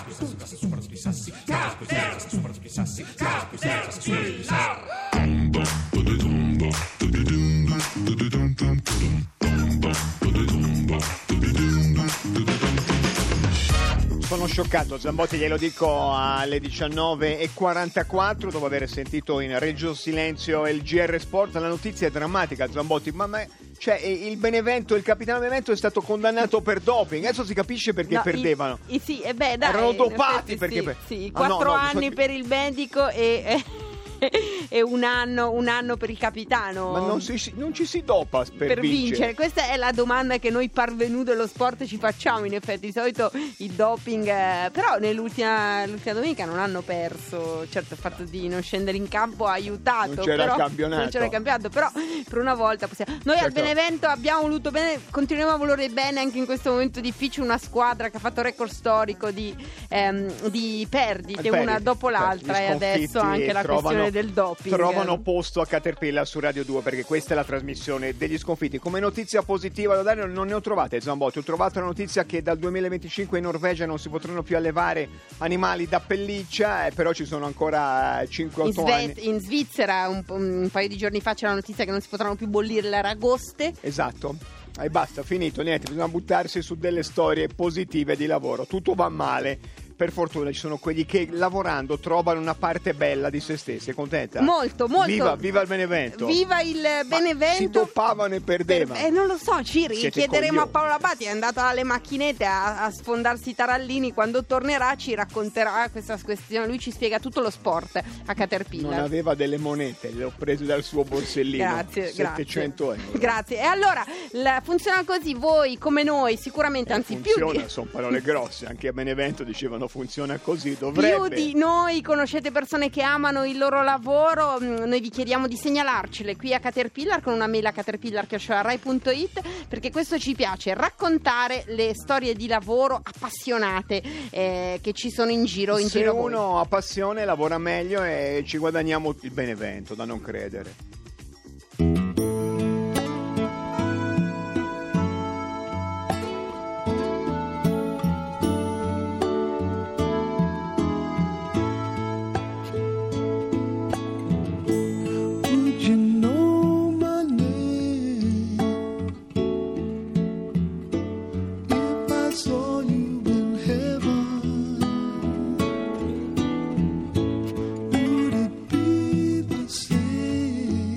Sono scioccato, Zambotti, glielo dico alle 19:44 dopo aver sentito in Regio Silenzio il GR Sport. La notizia è drammatica, Zambotti, cioè il Benevento, il capitano Benevento è stato condannato per doping. Adesso si capisce perché perdevano. Sì, dai, erano dopati perché sì, 4 anni per il medico e un anno per il capitano. Ma non ci si dopa per vincere. Questa è la domanda che noi parvenu dello sport ci facciamo, in effetti. Di solito il doping, però l'ultima domenica non hanno perso. Certo, il fatto di non scendere in campo ha aiutato, non c'era il campionato, però per una volta possiamo. Noi al Benevento abbiamo voluto bene, continuiamo a volere bene anche in questo momento difficile, una squadra che ha fatto record storico di perdite una dopo l'altra, e adesso anche la questione del doping. Trovano posto a Caterpillar su Radio 2, perché questa è la trasmissione degli sconfitti. Come notizia positiva da dare non ne ho trovate, Zambotti. Ho trovato la notizia che dal 2025 in Norvegia non si potranno più allevare animali da pelliccia, però ci sono ancora 5-8 anni. In Svizzera un paio di giorni fa c'era la notizia che non si potranno più bollire le aragoste. Esatto. E basta, finito, niente, bisogna buttarsi su delle storie positive di lavoro. Tutto va male. Per fortuna ci sono quelli che lavorando trovano una parte bella di se stessi. È contenta? Molto. Viva il Benevento. Viva il Benevento. Si toppavano e perdevano. Non lo so, ci richiederemo a Paolo Labate, è andato alle macchinette a sfondarsi i tarallini. Quando tornerà ci racconterà questa questione. Lui ci spiega tutto lo sport a Caterpillar. Non aveva delle monete, le ho prese dal suo borsellino. Grazie. 700 euro. Grazie. E allora funziona così, voi come noi sicuramente, anzi funziona, sono parole grosse. Anche a Benevento dicevano funziona così, dovrebbe. Più di noi conoscete persone che amano il loro lavoro, noi vi chiediamo di segnalarcele qui a Caterpillar con una mail a caterpillar@rai.it, perché questo ci piace, raccontare le storie di lavoro appassionate che ci sono in giro. Se uno ha passione lavora meglio e ci guadagniamo il Benevento, da non credere. Would it be the same?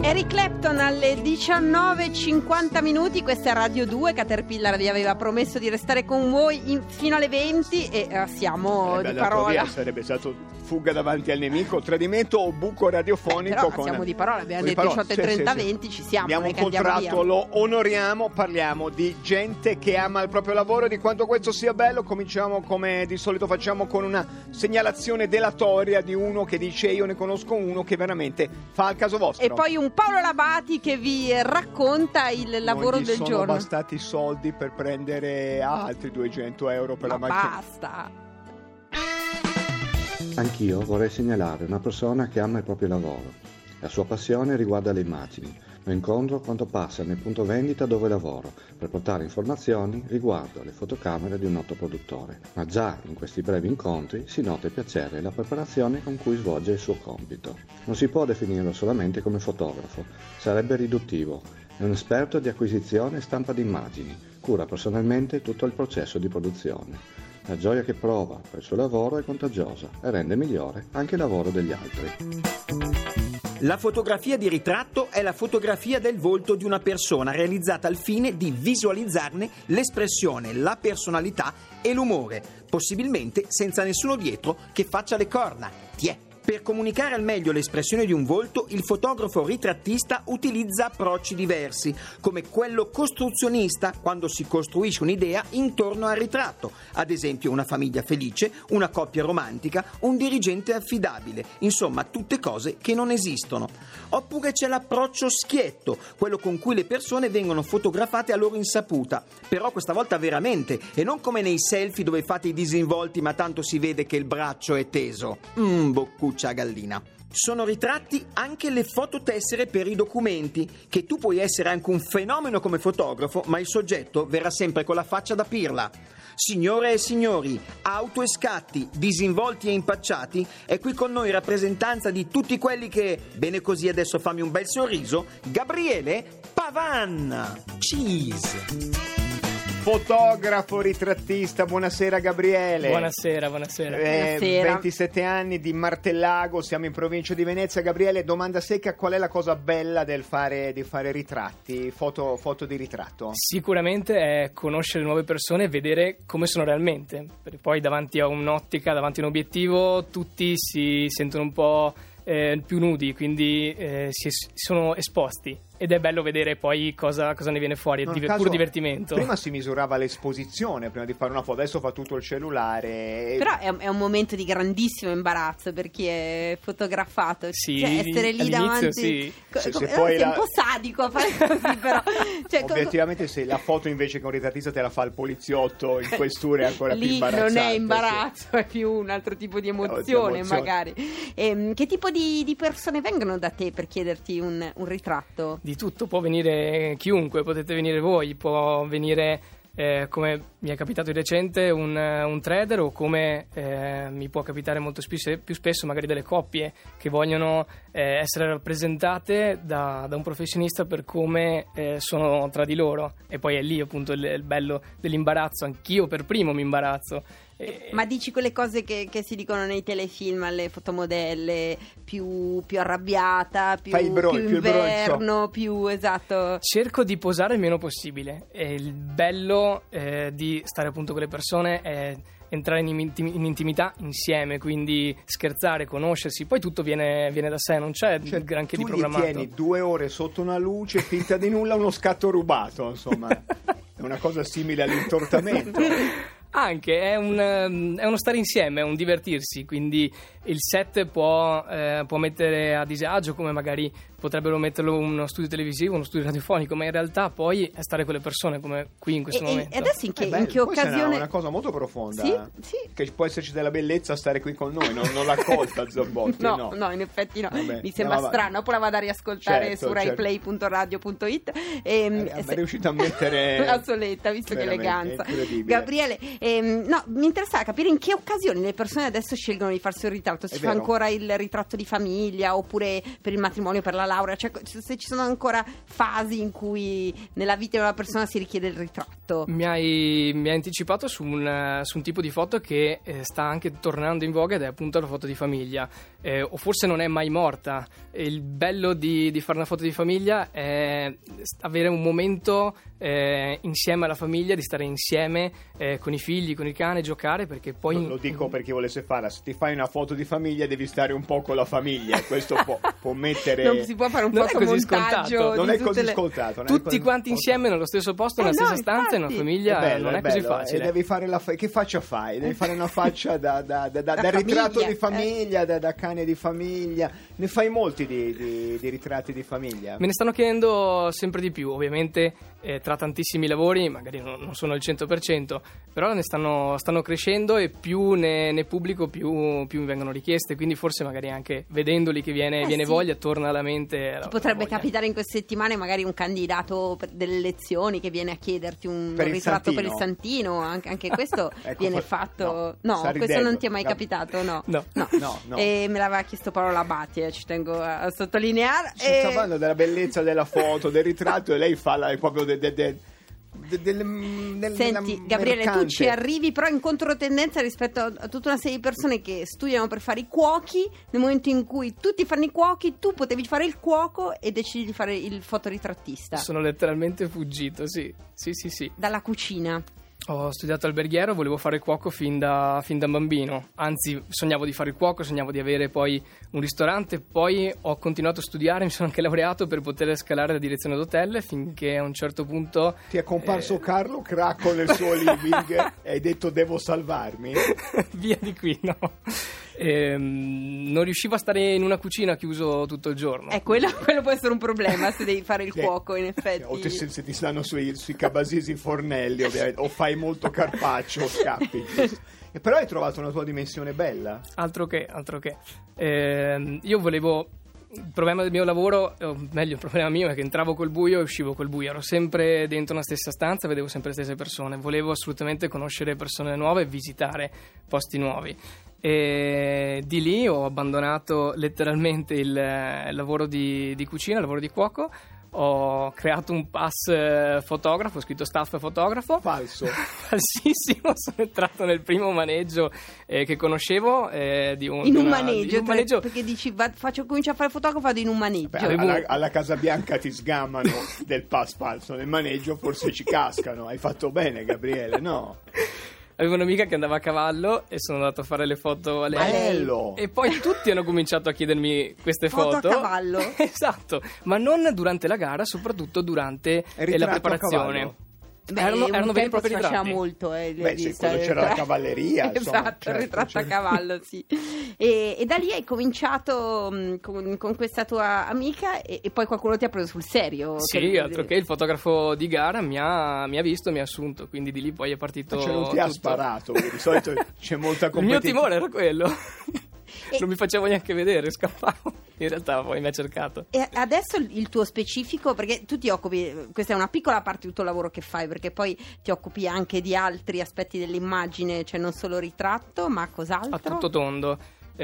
Eric Clapton alle 19:50, questa è Radio 2. Caterpillar vi aveva promesso di restare con voi fino alle 20 e siamo di parola. Sarebbe stato fuga davanti al nemico, tradimento o buco radiofonico. Però siamo di parola, abbiamo detto 18:30, 20, ci siamo. Abbiamo un contratto, lo onoriamo, parliamo di gente che ama il proprio lavoro, di quanto questo sia bello. Cominciamo come di solito facciamo con una segnalazione delatoria di uno che dice io ne conosco uno che veramente fa il caso vostro. E poi un Paolo Labati che vi racconta il lavoro del giorno. Non sono bastati i soldi per prendere altri 200 euro per la macchina. Basta. Anch'io vorrei segnalare una persona che ama il proprio lavoro. La sua passione riguarda le immagini. Lo incontro quando passa nel punto vendita dove lavoro per portare informazioni riguardo alle fotocamere di un noto produttore. Ma già in questi brevi incontri si nota il piacere e la preparazione con cui svolge il suo compito. Non si può definirlo solamente come fotografo, sarebbe riduttivo. È un esperto di acquisizione e stampa di immagini, cura personalmente tutto il processo di produzione. La gioia che prova per il suo lavoro è contagiosa e rende migliore anche il lavoro degli altri. La fotografia di ritratto è la fotografia del volto di una persona realizzata al fine di visualizzarne l'espressione, la personalità e l'umore, possibilmente senza nessuno dietro che faccia le corna. Per comunicare al meglio l'espressione di un volto, il fotografo ritrattista utilizza approcci diversi, come quello costruzionista, quando si costruisce un'idea intorno al ritratto, ad esempio una famiglia felice, una coppia romantica, un dirigente affidabile, insomma tutte cose che non esistono. Oppure c'è l'approccio schietto, quello con cui le persone vengono fotografate a loro insaputa, però questa volta veramente, e non come nei selfie dove fate i disinvolti ma tanto si vede che il braccio è teso. Boccuccia gallina. Sono ritratti anche le fototessere per i documenti, che tu puoi essere anche un fenomeno come fotografo, ma il soggetto verrà sempre con la faccia da pirla. Signore e signori, auto e scatti, disinvolti e impacciati, è qui con noi in rappresentanza di tutti quelli che, bene così adesso fammi un bel sorriso, Gabriele Pavan. Cheese. Fotografo, ritrattista, buonasera Gabriele. Buonasera. 27 anni di Martellago, siamo in provincia di Venezia. Gabriele, domanda secca, qual è la cosa bella di fare ritratti, foto di ritratto? Sicuramente è conoscere nuove persone e vedere come sono realmente, perché poi davanti a un'ottica, davanti a un obiettivo, tutti si sentono un po' più nudi, quindi sono esposti. Ed è bello vedere poi cosa ne viene fuori, è puro divertimento. Prima si misurava l'esposizione prima di fare una foto, adesso fa tutto il cellulare. Però è un momento di grandissimo imbarazzo per chi è fotografato. Sì, cioè, essere lì davanti. Sì. Se poi è un po' sadico a fare così, però. Cioè, obiettivamente, se la foto invece che un ritrattista te la fa il poliziotto in questura è ancora più lì imbarazzante. Non è imbarazzo, sì. È più un altro tipo di emozione, magari. Che tipo di persone vengono da te per chiederti un ritratto? Di tutto, può venire chiunque, potete venire voi, può venire come mi è capitato di recente un trader, o come mi può capitare più spesso magari delle coppie che vogliono essere rappresentate da un professionista per come sono tra di loro, e poi è lì appunto il bello dell'imbarazzo. Anch'io per primo mi imbarazzo. Ma dici quelle cose che si dicono nei telefilm alle fotomodelle, più arrabbiata, più inverno, più esatto. Cerco di posare il meno possibile, e il bello di stare appunto con le persone è entrare in intimità insieme, quindi scherzare, conoscersi, poi tutto viene da sé, non c'è granché di programmato. Tu gli tieni 2 ore sotto una luce, finta di nulla, uno scatto rubato, insomma. È una cosa simile all'intortamento. Anche, è uno stare insieme, è un divertirsi, quindi il set può mettere a disagio, come magari potrebbero metterlo uno studio televisivo, uno studio radiofonico, ma in realtà poi è stare con le persone, come qui in questo momento. E adesso in che occasione? È una cosa molto profonda. Sì. Che può esserci della bellezza a stare qui con noi, non la colta Zambotti. No, in effetti no. Vabbè, mi sembra strano. Poi la vado a riascoltare su raiplay.radio.it. È riuscito a mettere la soletta, visto che eleganza. Gabriele, No, mi interessava capire in che occasioni le persone adesso scelgono di farsi un ritratto. Si fa ancora il ritratto di famiglia, oppure per il matrimonio, per la laurea, cioè se ci sono ancora fasi in cui nella vita di una persona si richiede il ritratto. Mi hai anticipato su un tipo di foto che sta anche tornando in voga, ed è appunto la foto di famiglia, o forse non è mai morta. Il bello di fare una foto di famiglia è avere un momento insieme alla famiglia, di stare insieme con i figli, con il cane, giocare, perché poi... Lo dico perché volesse farla. Se ti fai una foto di famiglia devi stare un po' con la famiglia, questo può mettere... Non si può fare un fotomontaggio. Non è così scontato. Tutti quanti insieme nello stesso posto, nella stessa stanza, in una famiglia non è così facile. Devi fare che faccia fai? Devi fare una faccia da ritratto di famiglia, da cane di famiglia. Ne fai molti di ritratti di famiglia? Me ne stanno chiedendo sempre di più, ovviamente tra tantissimi lavori, magari non sono il 100%, però ne stanno crescendo, e più ne pubblico più mi vengono richieste, quindi forse magari anche vedendoli che viene sì. voglia, torna alla mente. Ti potrebbe capitare in queste settimane magari un candidato delle elezioni che viene a chiederti un ritratto per il Santino, anche questo ecco, viene fatto. No, questo non ti è mai capitato? No. E me l'aveva chiesto Paola Abati, ci tengo a sottolineare. Si sta parlando della bellezza della foto, del ritratto, e lei fa proprio Senti Gabriele, tu ci arrivi però in controtendenza rispetto a tutta una serie di persone che studiano per fare i cuochi. Nel momento in cui tutti fanno i cuochi, tu potevi fare il cuoco e decidi di fare il fotoritrattista. Sono letteralmente fuggito, sì. Dalla cucina. Ho studiato alberghiero, volevo fare il cuoco fin da bambino, anzi sognavo di fare il cuoco, sognavo di avere poi un ristorante, poi ho continuato a studiare, mi sono anche laureato per poter scalare la direzione d'hotel, finché a un certo punto... Ti è comparso Carlo Cracco nel suo living e hai detto devo salvarmi? Via di qui, no. Non riuscivo a stare in una cucina chiuso tutto il giorno. Quello può essere un problema se devi fare il cuoco, in effetti. O se ti stanno sui cabasisi fornelli, ovviamente, o fai molto carpaccio o scappi. Però hai trovato una tua dimensione bella. Altro che. Io volevo... Il problema del mio lavoro, o meglio il problema mio, è che entravo col buio e uscivo col buio. Ero sempre dentro una stessa stanza, vedevo sempre le stesse persone. Volevo assolutamente conoscere persone nuove e visitare posti nuovi. E di lì ho abbandonato letteralmente il lavoro di cucina, il lavoro di cuoco. Ho creato un pass fotografo, ho scritto staff fotografo. Falso. Falsissimo. Sono entrato nel primo maneggio che conoscevo in un maneggio. Perché dici comincio a fare fotografo, vado in un maneggio. Alla Casa Bianca ti sgamano del pass falso, nel maneggio forse ci cascano. Hai fatto bene, Gabriele, no? Avevo un'amica che andava a cavallo e sono andato a fare le foto a lei. Bello! E poi tutti hanno cominciato a chiedermi queste foto. A cavallo? Esatto, ma non durante la gara, soprattutto durante la preparazione. Erano veri e propri ritratti. Faceva molto, quando c'era la cavalleria. Esatto, il ritratto a cavallo, sì. E da lì hai cominciato con questa tua amica e poi qualcuno ti ha preso sul serio. Sì, altro che il fotografo di gara mi ha visto, mi ha assunto, quindi di lì poi è partito. Ma non ti ha sparato, di solito c'è molta competizione. Il mio timore era quello. Non mi facevo neanche vedere, scappavo. In realtà poi mi ha cercato. E adesso il tuo specifico, perché tu ti occupi, questa è una piccola parte di tutto il lavoro che fai, perché poi ti occupi anche di altri aspetti dell'immagine, cioè non solo ritratto, ma cos'altro? A tutto tondo.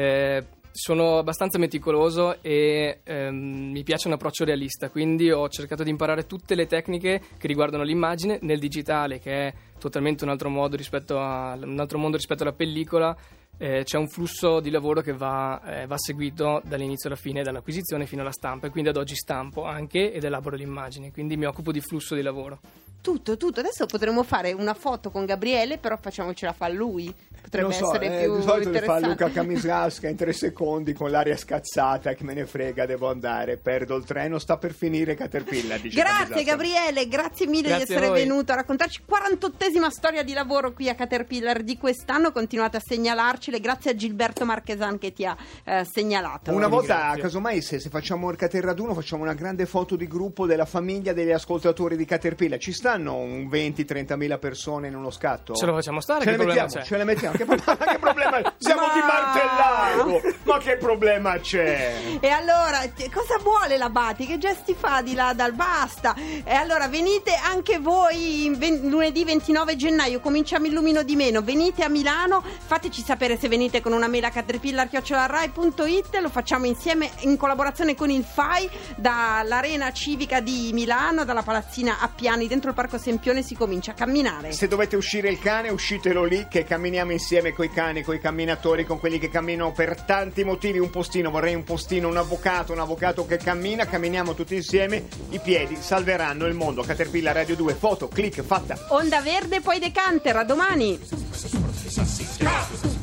Sono abbastanza meticoloso e mi piace un approccio realista, quindi ho cercato di imparare tutte le tecniche che riguardano l'immagine nel digitale, che è totalmente un altro mondo rispetto alla pellicola. C'è un flusso di lavoro che va seguito dall'inizio alla fine, dall'acquisizione fino alla stampa, e quindi ad oggi stampo anche ed elaboro l'immagine, quindi mi occupo di flusso di lavoro. Tutto. Adesso potremmo fare una foto con Gabriele, però facciamocela fa lui. Potrebbe essere più di solito interessante. Fa Luca Camisasca in 3 secondi con l'aria scazzata, che me ne frega, devo andare, perdo il treno, sta per finire Caterpillar. Grazie Camisasca. Gabriele, grazie mille di essere venuto a raccontarci 48esima storia di lavoro qui a Caterpillar di quest'anno. Continuate a segnalarcele, grazie a Gilberto Marchesan che ti ha segnalato. Una volta, casomai, se facciamo il Caterraduno, facciamo una grande foto di gruppo della famiglia degli ascoltatori di Caterpillar. Ci stanno stanno un 20-30.000 persone in uno scatto? Ce lo facciamo stare, Ce che le problema mettiamo, c'è? ce le mettiamo. Che problema c'è? Siamo di Martellago! Ma che problema c'è? E allora, cosa vuole la Bati? Che gesti fa di là dal basta? E allora venite anche voi lunedì 29 gennaio, cominciamo il Lumino di Meno, venite a Milano, fateci sapere se venite con una mail a caterpillar@rai.it, lo facciamo insieme in collaborazione con il FAI dall'Arena Civica di Milano, dalla Palazzina Appiani, dentro il Parco Sempione si comincia a camminare. Se dovete uscire il cane, uscitelo lì, che camminiamo insieme coi cani, coi camminatori, con quelli che camminano per tanti motivi. Un postino, vorrei un postino, un avvocato che cammina, camminiamo tutti insieme, i piedi salveranno il mondo. Caterpillar Radio 2, foto, click, fatta. Onda Verde, poi Decanter, a domani.